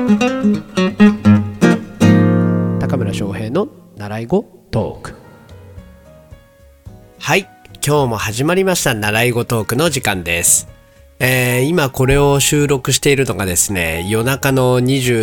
高村翔平の習い語トーク。 はい、今日も始まりました習い語トークの時間です。今これを収録しているのがですね、夜中の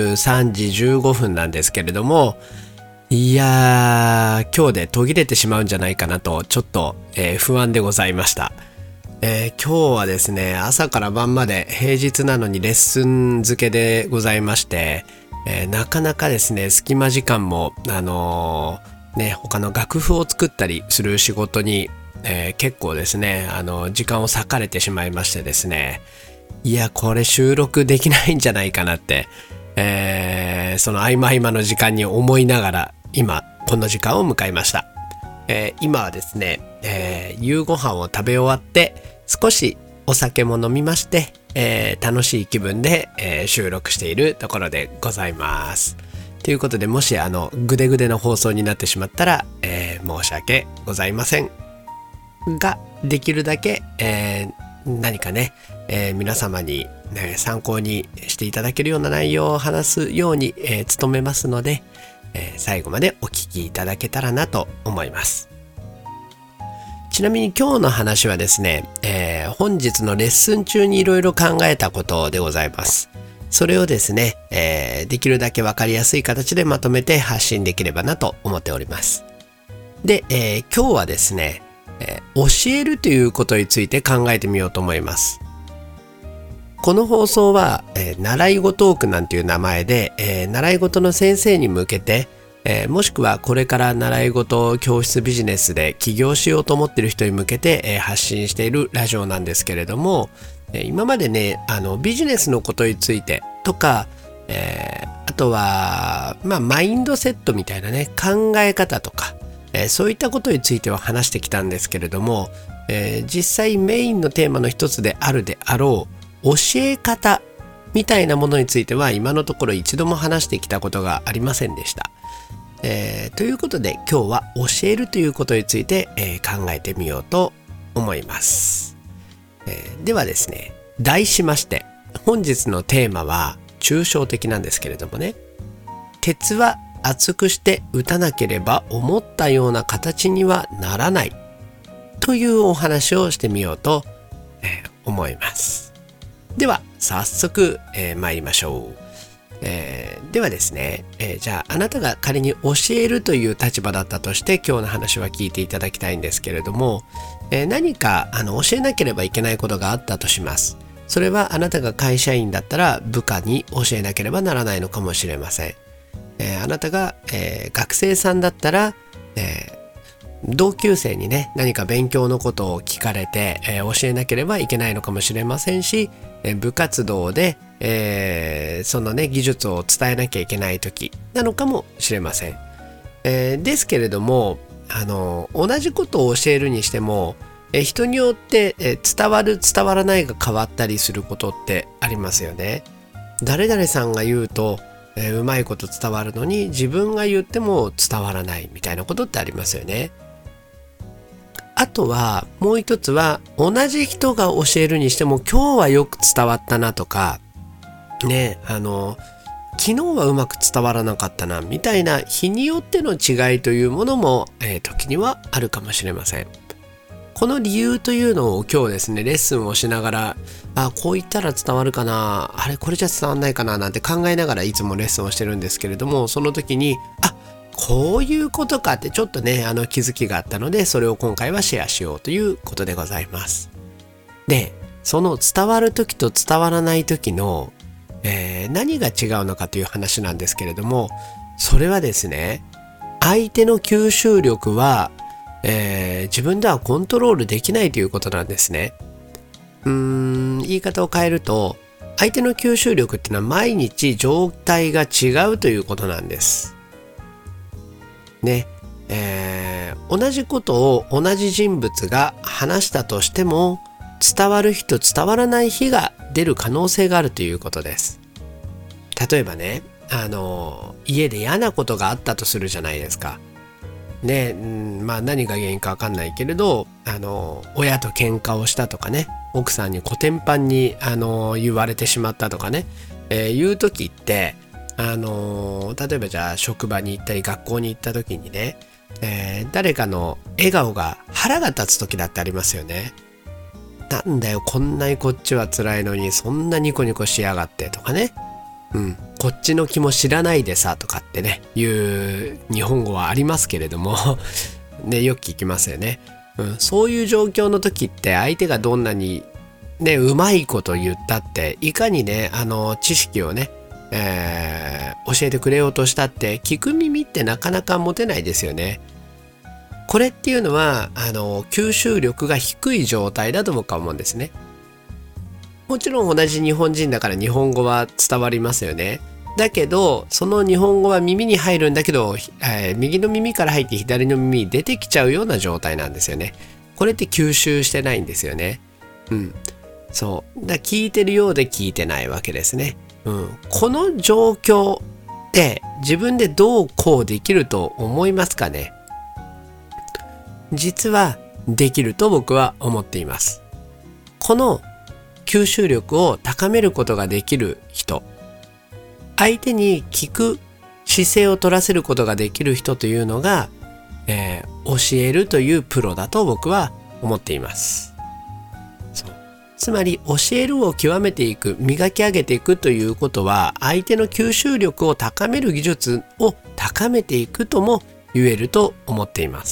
23時15分なんですけれども、いやー、今日で途切れてしまうんじゃないかなとちょっと、不安でございました。今日はですね、朝から晩まで平日なのにレッスン付けでございまして、なかなかですね、隙間時間も他の楽譜を作ったりする仕事に、結構ですね時間を割かれてしまいましてですね、いやこれ収録できないんじゃないかなって、その合間合間の時間に思いながら今この時間を迎えました。今はですね、夕ご飯を食べ終わって少しお酒も飲みまして、楽しい気分で、収録しているところでございます。ということで、もしグデグデの放送になってしまったら、申し訳ございませんが、できるだけ、何かね、皆様に、参考にしていただけるような内容を話すように、努めますので、最後までお聞きいただけたらなと思います。ちなみに今日の話はですね、本日のレッスン中にいろいろ考えたことでございます。それをですね、できるだけわかりやすい形でまとめて発信できればなと思っております。で、今日はですね、教えるということについて考えてみようと思います。この放送は、習い語トークなんていう名前で、習い事の先生に向けて、もしくはこれから習い事教室ビジネスで起業しようと思っている人に向けて、発信しているラジオなんですけれども、今までねビジネスのことについてとか、あとはマインドセットみたいなね考え方とか、そういったことについては話してきたんですけれども、実際メインのテーマの一つであるであろう教え方みたいなものについては今のところ一度も話してきたことがありませんでした。ということで今日は教えるということについて、考えてみようと思います。ではですね、題しまして本日のテーマは抽象的なんですけれどもね、鉄は厚くして打たなければ思ったような形にはならないというお話をしてみようと、思います。では早速、参りましょう。ではですね、じゃああなたが仮に教えるという立場だったとして今日の話は聞いていただきたいんですけれども、何か教えなければいけないことがあったとします。それはあなたが会社員だったら部下に教えなければならないのかもしれません。あなたが、学生さんだったら、同級生にね何か勉強のことを聞かれて、教えなければいけないのかもしれませんし、部活動で、そのね技術を伝えなきゃいけない時なのかもしれません。ですけれども同じことを教えるにしても、人によって、伝わる伝わらないが変わったりすることってありますよね。誰々さんが言うと、うまいこと伝わるのに自分が言っても伝わらないみたいなことってありますよね。あとはもう一つは同じ人が教えるにしても今日はよく伝わったなとかね、昨日はうまく伝わらなかったなみたいな日によっての違いというものも、時にはあるかもしれません。この理由というのを今日ですねレッスンをしながら、こう言ったら伝わるかな、あれこれじゃ伝わんないかななんて考えながらいつもレッスンをしてるんですけれども、その時にこういうことかってちょっとね気づきがあったので、それを今回はシェアしようということでございます。で、その伝わる時と伝わらない時の、何が違うのかという話なんですけれども、それはですね、相手の吸収力は、自分ではコントロールできないということなんですね。言い方を変えると、相手の吸収力っていうのは毎日状態が違うということなんですね。同じことを同じ人物が話したとしても、伝わる日と伝わらない日が出る可能性があるということです。例えばね、家で嫌なことがあったとするじゃないですか。ね、何が原因か分かんないけれど、親と喧嘩をしたとかね、奥さんにコテンパンに言われてしまったとかね、いう時って例えばじゃあ職場に行ったり学校に行った時にね、誰かの笑顔が腹が立つ時だってありますよね。なんだよ、こんなにこっちは辛いのにそんなニコニコしやがってとかね、こっちの気も知らないでさとかってねいう日本語はありますけれどもね、よく聞きますよね。そういう状況の時って相手がどんなにねうまいこと言ったっていかにね知識をね、教えてくれようとしたって聞く耳ってなかなか持てないですよね。これっていうのは吸収力が低い状態だと僕は思うんですね。もちろん同じ日本人だから日本語は伝わりますよね。だけどその日本語は耳に入るんだけど、右の耳から入って左の耳に出てきちゃうような状態なんですよね。これって吸収してないんですよね。そうだ、聞いてるようで聞いてないわけですね。この状況って自分でどうこうできると思いますかね。実はできると僕は思っています。この吸収力を高めることができる人、相手に聞く姿勢を取らせることができる人というのが、教えるというプロだと僕は思っています。つまり教えるを極めていく、磨き上げていくということは相手の吸収力を高める技術を高めていくとも言えると思っています。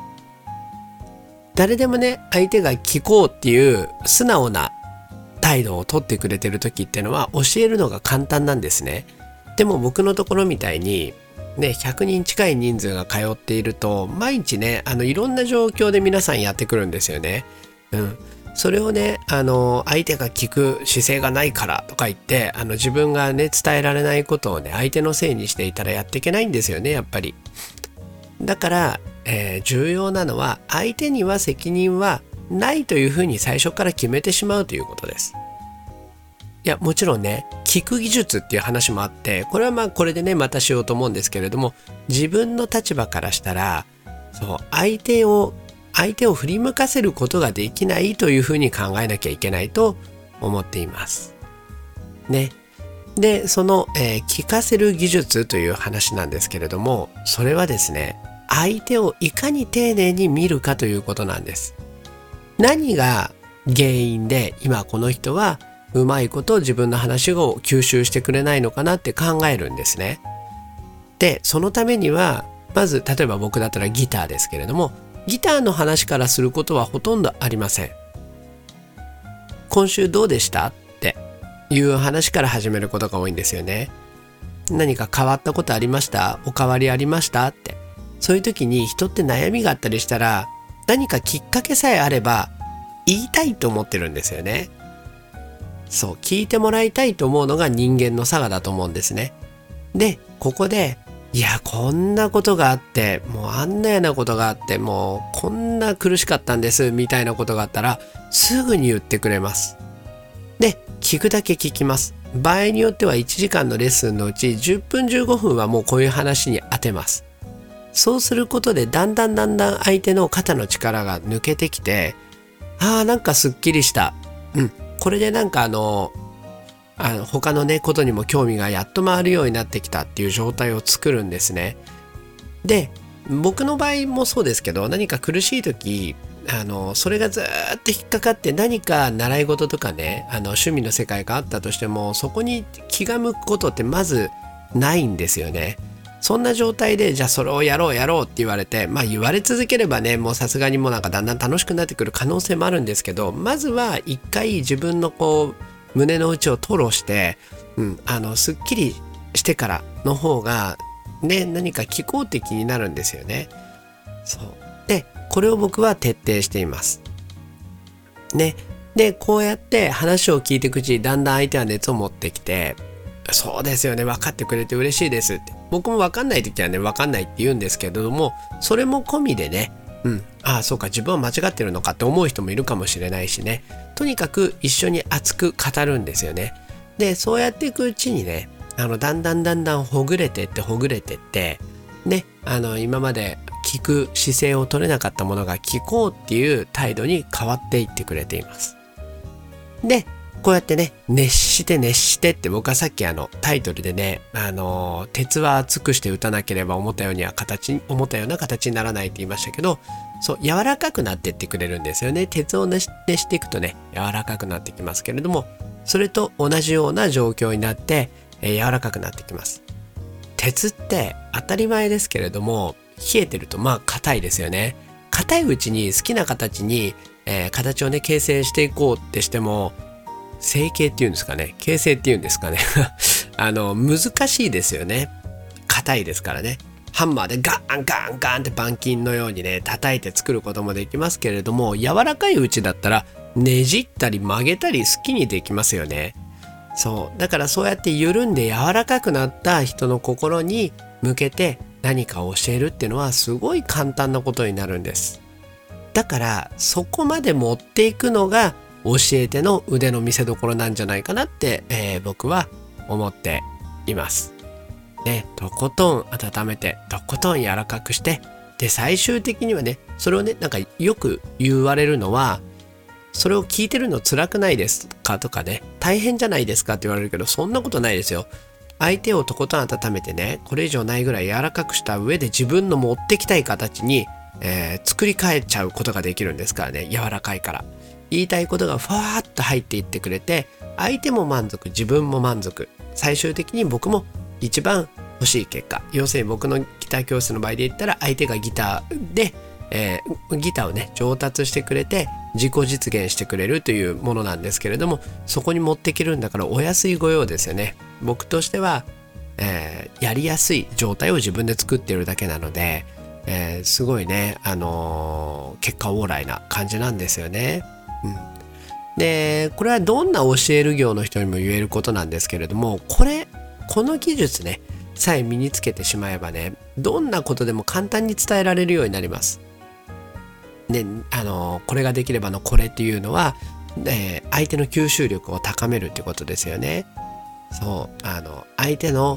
誰でもね、相手が聞こうっていう素直な態度を取ってくれてる時っていうのは教えるのが簡単なんですね。でも僕のところみたいにね、100人近い人数が通っていると毎日ねいろんな状況で皆さんやってくるんですよね。それをね相手が聞く姿勢がないからとか言って自分がね伝えられないことをね相手のせいにしていたらやっていけないんですよね、やっぱり。だから、重要なのは相手には責任はないというふうに最初から決めてしまうということです。いや、もちろんね、聞く技術っていう話もあって、これはまあこれでねまたしようと思うんですけれども、自分の立場からしたら相手を振り向かせることができないというふうに考えなきゃいけないと思っていますね。でその、聞かせる技術という話なんですけれども、それはですね、相手をいかに丁寧に見るかということなんです。何が原因で今この人はうまいこと自分の話を吸収してくれないのかなって考えるんですね。でそのためにはまず、例えば僕だったらギターですけれども、ギターの話からすることはほとんどありません。今週どうでしたっていう話から始めることが多いんですよね。何か変わったことありました？お変わりありましたって。そういう時に人って悩みがあったりしたら、何かきっかけさえあれば言いたいと思ってるんですよね。そう、聞いてもらいたいと思うのが人間の性だと思うんですね。でここで、いやこんなことがあって、もうあんなようなことがあって、もうこんな苦しかったんですみたいなことがあったらすぐに言ってくれます。で聞くだけ聞きます。場合によっては1時間のレッスンのうち10分15分はもうこういう話に当てます。そうすることでだんだん相手の肩の力が抜けてきて、なんかすっきりした、これでなんか他のねことにも興味がやっと回るようになってきたっていう状態を作るんですね。で僕の場合もそうですけど、何か苦しい時それがずっと引っかかって、何か習い事とかね趣味の世界があったとしても、そこに気が向くことってまずないんですよね。そんな状態でじゃあそれをやろうって言われて、言われ続ければね、もうさすがにもうなんかだんだん楽しくなってくる可能性もあるんですけど、まずは一回自分の胸の内を吐露して、すっきりしてからの方がね、何か聞こうって気になるんですよね。そうでこれを僕は徹底していますね。でこうやって話を聞いていくうちにだんだん相手は熱を持ってきて、そうですよね、分かってくれて嬉しいですって。僕も分かんない時はね、分かんないって言うんですけれども、それも込みでね、そうか、自分は間違ってるのかって思う人もいるかもしれないしね、とにかく一緒に熱く語るんですよね。でそうやっていくうちにね、だんだんほぐれてってね、今まで聞く姿勢を取れなかったものが聞こうっていう態度に変わっていってくれています。でこうやってね、熱してって僕はさっきタイトルでね、鉄は熱くして打たなければ思ったような形にならないって言いましたけど、そう、柔らかくなってってくれるんですよね。鉄を熱していくとね、柔らかくなってきますけれども、それと同じような状況になって、柔らかくなってきます。鉄って当たり前ですけれども、冷えてると硬いですよね。硬いうちに好きな形に、形をね形成していこうってしても、成形っていうんですかね、形成っていうんですかね難しいですよね。硬いですからね。ハンマーでガンガンガンって板金のようにね叩いて作ることもできますけれども、柔らかいうちだったらねじったり曲げたり好きにできますよね。そうだからそうやって緩んで柔らかくなった人の心に向けて何かを教えるっていうのはすごい簡単なことになるんです。だからそこまで持っていくのが教えての腕の見せ所なんじゃないかなって、僕は思っています。ね、とことん温めてとことん柔らかくして、で最終的にはね、それをねなんかよく言われるのは、それを聞いてるの辛くないですかとかね、大変じゃないですかって言われるけど、そんなことないですよ。相手をとことん温めてね、これ以上ないぐらい柔らかくした上で自分の持ってきたい形に、作り変えちゃうことができるんですからね。柔らかいから言いたいことがふわーっと入っていってくれて、相手も満足、自分も満足、最終的に僕も一番欲しい結果、要するに僕のギター教室の場合で言ったら、相手がギターで、ギターをね上達してくれて自己実現してくれるというものなんですけれども、そこに持っていけるんだからお安い御用ですよね。僕としては、やりやすい状態を自分で作っているだけなので、すごいね、結果オーライな感じなんですよね。でこれはどんな教える業の人にも言えることなんですけれども、この技術ねさえ身につけてしまえばね、どんなことでも簡単に伝えられるようになります。ね、これができればのこれっていうのは、相手の吸収力を高めるってことですよね。そう相手の、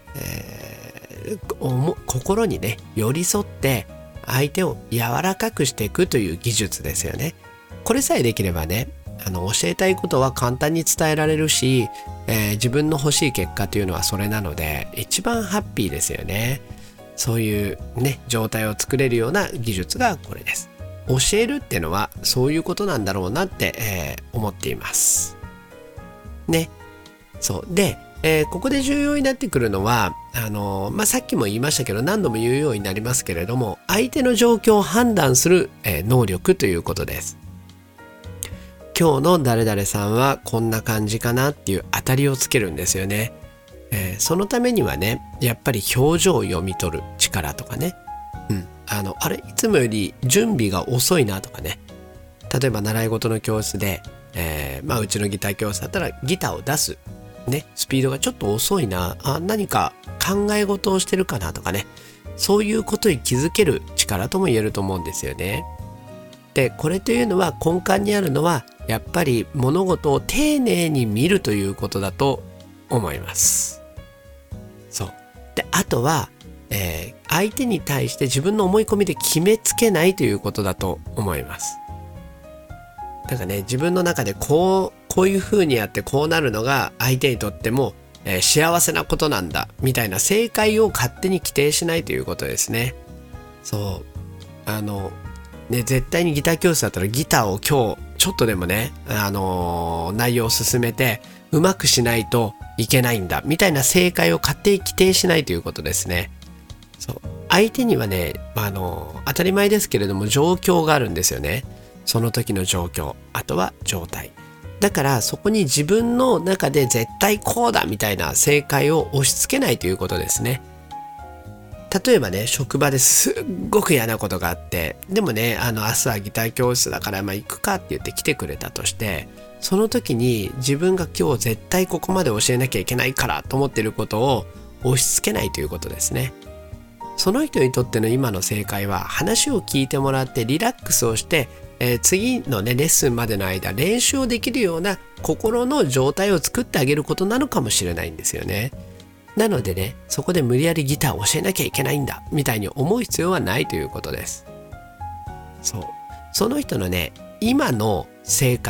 心にね寄り添って相手を柔らかくしていくという技術ですよね。これさえできればね、教えたいことは簡単に伝えられるし、自分の欲しい結果というのはそれなので一番ハッピーですよね。そういうね状態を作れるような技術がこれです。教えるってのはそういうことなんだろうなって、思っていますね。そうで、ここで重要になってくるのはさっきも言いましたけど、何度も言うようになりますけれども、相手の状況を判断する、能力ということです。今日の誰々さんはこんな感じかなっていう当たりをつけるんですよね。そのためにはね、やっぱり表情を読み取る力とかね、あれいつもより準備が遅いなとかね、例えば習い事の教室で、うちのギター教室だったらギターを出す、ね、スピードがちょっと遅いな、何か考え事をしてるかなとかね、そういうことに気づける力とも言えると思うんですよね。でこれというのは根幹にあるのはやっぱり物事を丁寧に見るということだと思います。そうであとは、相手に対して自分の思い込みで決めつけないということだと思います。だからね、自分の中でこういう風にやってこうなるのが相手にとっても、幸せなことなんだみたいな正解を勝手に規定しないということですね。そう絶対にギター教室だったらギターを今日ちょっとでもね、内容を進めてうまくしないといけないんだみたいな正解を勝手に規定しないということですね。そう相手にはね、当たり前ですけれども状況があるんですよね。その時の状況、あとは状態だから、そこに自分の中で絶対こうだみたいな正解を押し付けないということですね。例えばね、職場ですっごく嫌なことがあって、でもね、明日はギター教室だから行くかって言って来てくれたとして、その時に自分が今日絶対ここまで教えなきゃいけないからと思っていることを押し付けないということですね。その人にとっての今の正解は、話を聞いてもらってリラックスをして、次のねレッスンまでの間練習をできるような心の状態を作ってあげることなのかもしれないんですよね。なのでね、そこで無理やりギターを教えなきゃいけないんだみたいに思う必要はないということです。その人のね、今の正解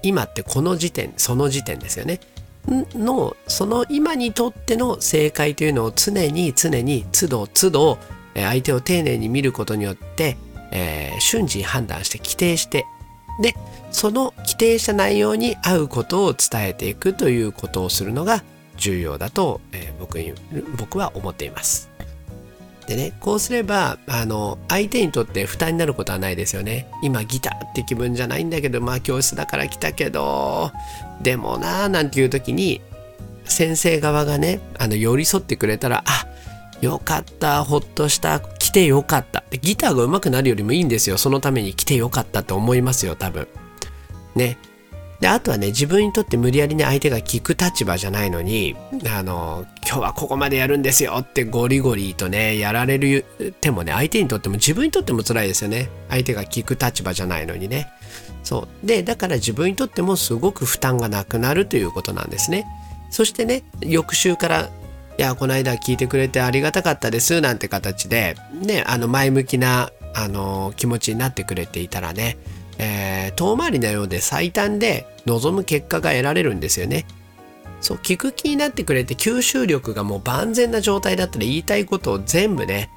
今ってこの時点、その時点ですよね。その今にとっての正解というのを常に都度都度相手を丁寧に見ることによって、瞬時に判断して規定して、でその規定した内容に合うことを伝えていくということをするのが重要だと、僕は思っています。でね、こうすれば相手にとって負担になることはないですよね。今ギターって気分じゃないんだけど、教室だから来たけどでもなーなんていう時に先生側がね寄り添ってくれたら、あ、よかった、ほっとした、来てよかった。でギターが上手くなるよりもいいんですよ。そのために来てよかったと思いますよ、多分ね。であとはね、自分にとって無理やりね相手が聞く立場じゃないのに今日はここまでやるんですよってゴリゴリとねやられるてもね、相手にとっても自分にとっても辛いですよね。相手が聞く立場じゃないのにね。そうで、だから自分にとってもすごく負担がなくなるということなんですね。そしてね、翌週からいやこの間聞いてくれてありがたかったですなんて形でね、前向きな気持ちになってくれていたらね、遠回りなようで最短で望む結果が得られるんですよね。そう、聞く気になってくれて吸収力がもう万全な状態だったら言いたいことを全部ね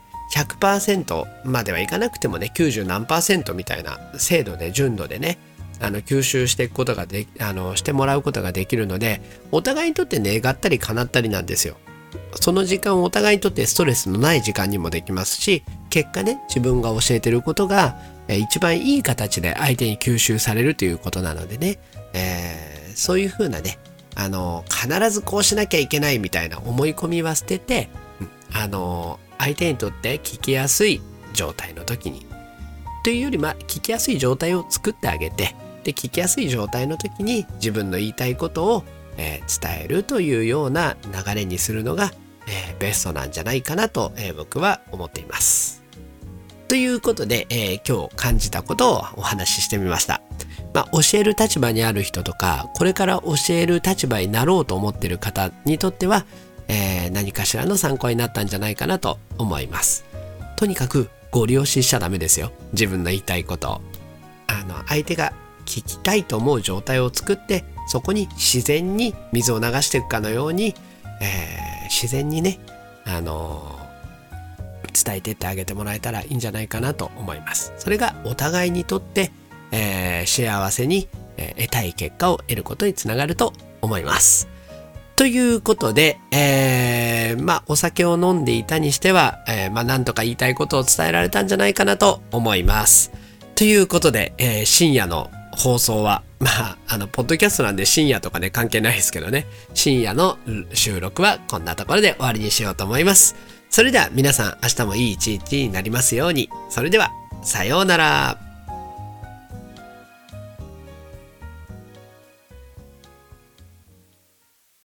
100% まではいかなくてもね90何%みたいな精度で純度でね吸収していくことがしてもらうことができるので、お互いにとって願ったり叶ったりなんですよ。その時間をお互いにとってストレスのない時間にもできますし、結果ね自分が教えてることが一番いい形で相手に吸収されるということなのでね、そういう風なね必ずこうしなきゃいけないみたいな思い込みは捨てて、相手にとって聞きやすい状態の時にというより聞きやすい状態を作ってあげて、で聞きやすい状態の時に自分の言いたいことを、伝えるというような流れにするのが、ベストなんじゃないかなと、僕は思っています。ということで、今日感じたことをお話ししてみました。教える立場にある人とか、これから教える立場になろうと思っている方にとっては、何かしらの参考になったんじゃないかなと思います。とにかくご利用ししちゃダメですよ。自分の言いたいことを相手が聞きたいと思う状態を作って、そこに自然に水を流していくかのように、自然にね伝えてってあげてもらえたらいいんじゃないかなと思います。それがお互いにとって、幸せに、得たい結果を得ることにつながると思います。ということで、お酒を飲んでいたにしては、なんとか言いたいことを伝えられたんじゃないかなと思います。ということで、深夜の放送はポッドキャストなんで深夜とかね関係ないですけどね、深夜の収録はこんなところで終わりにしようと思います。それでは皆さん、明日もいい一日になりますように。それではさようなら。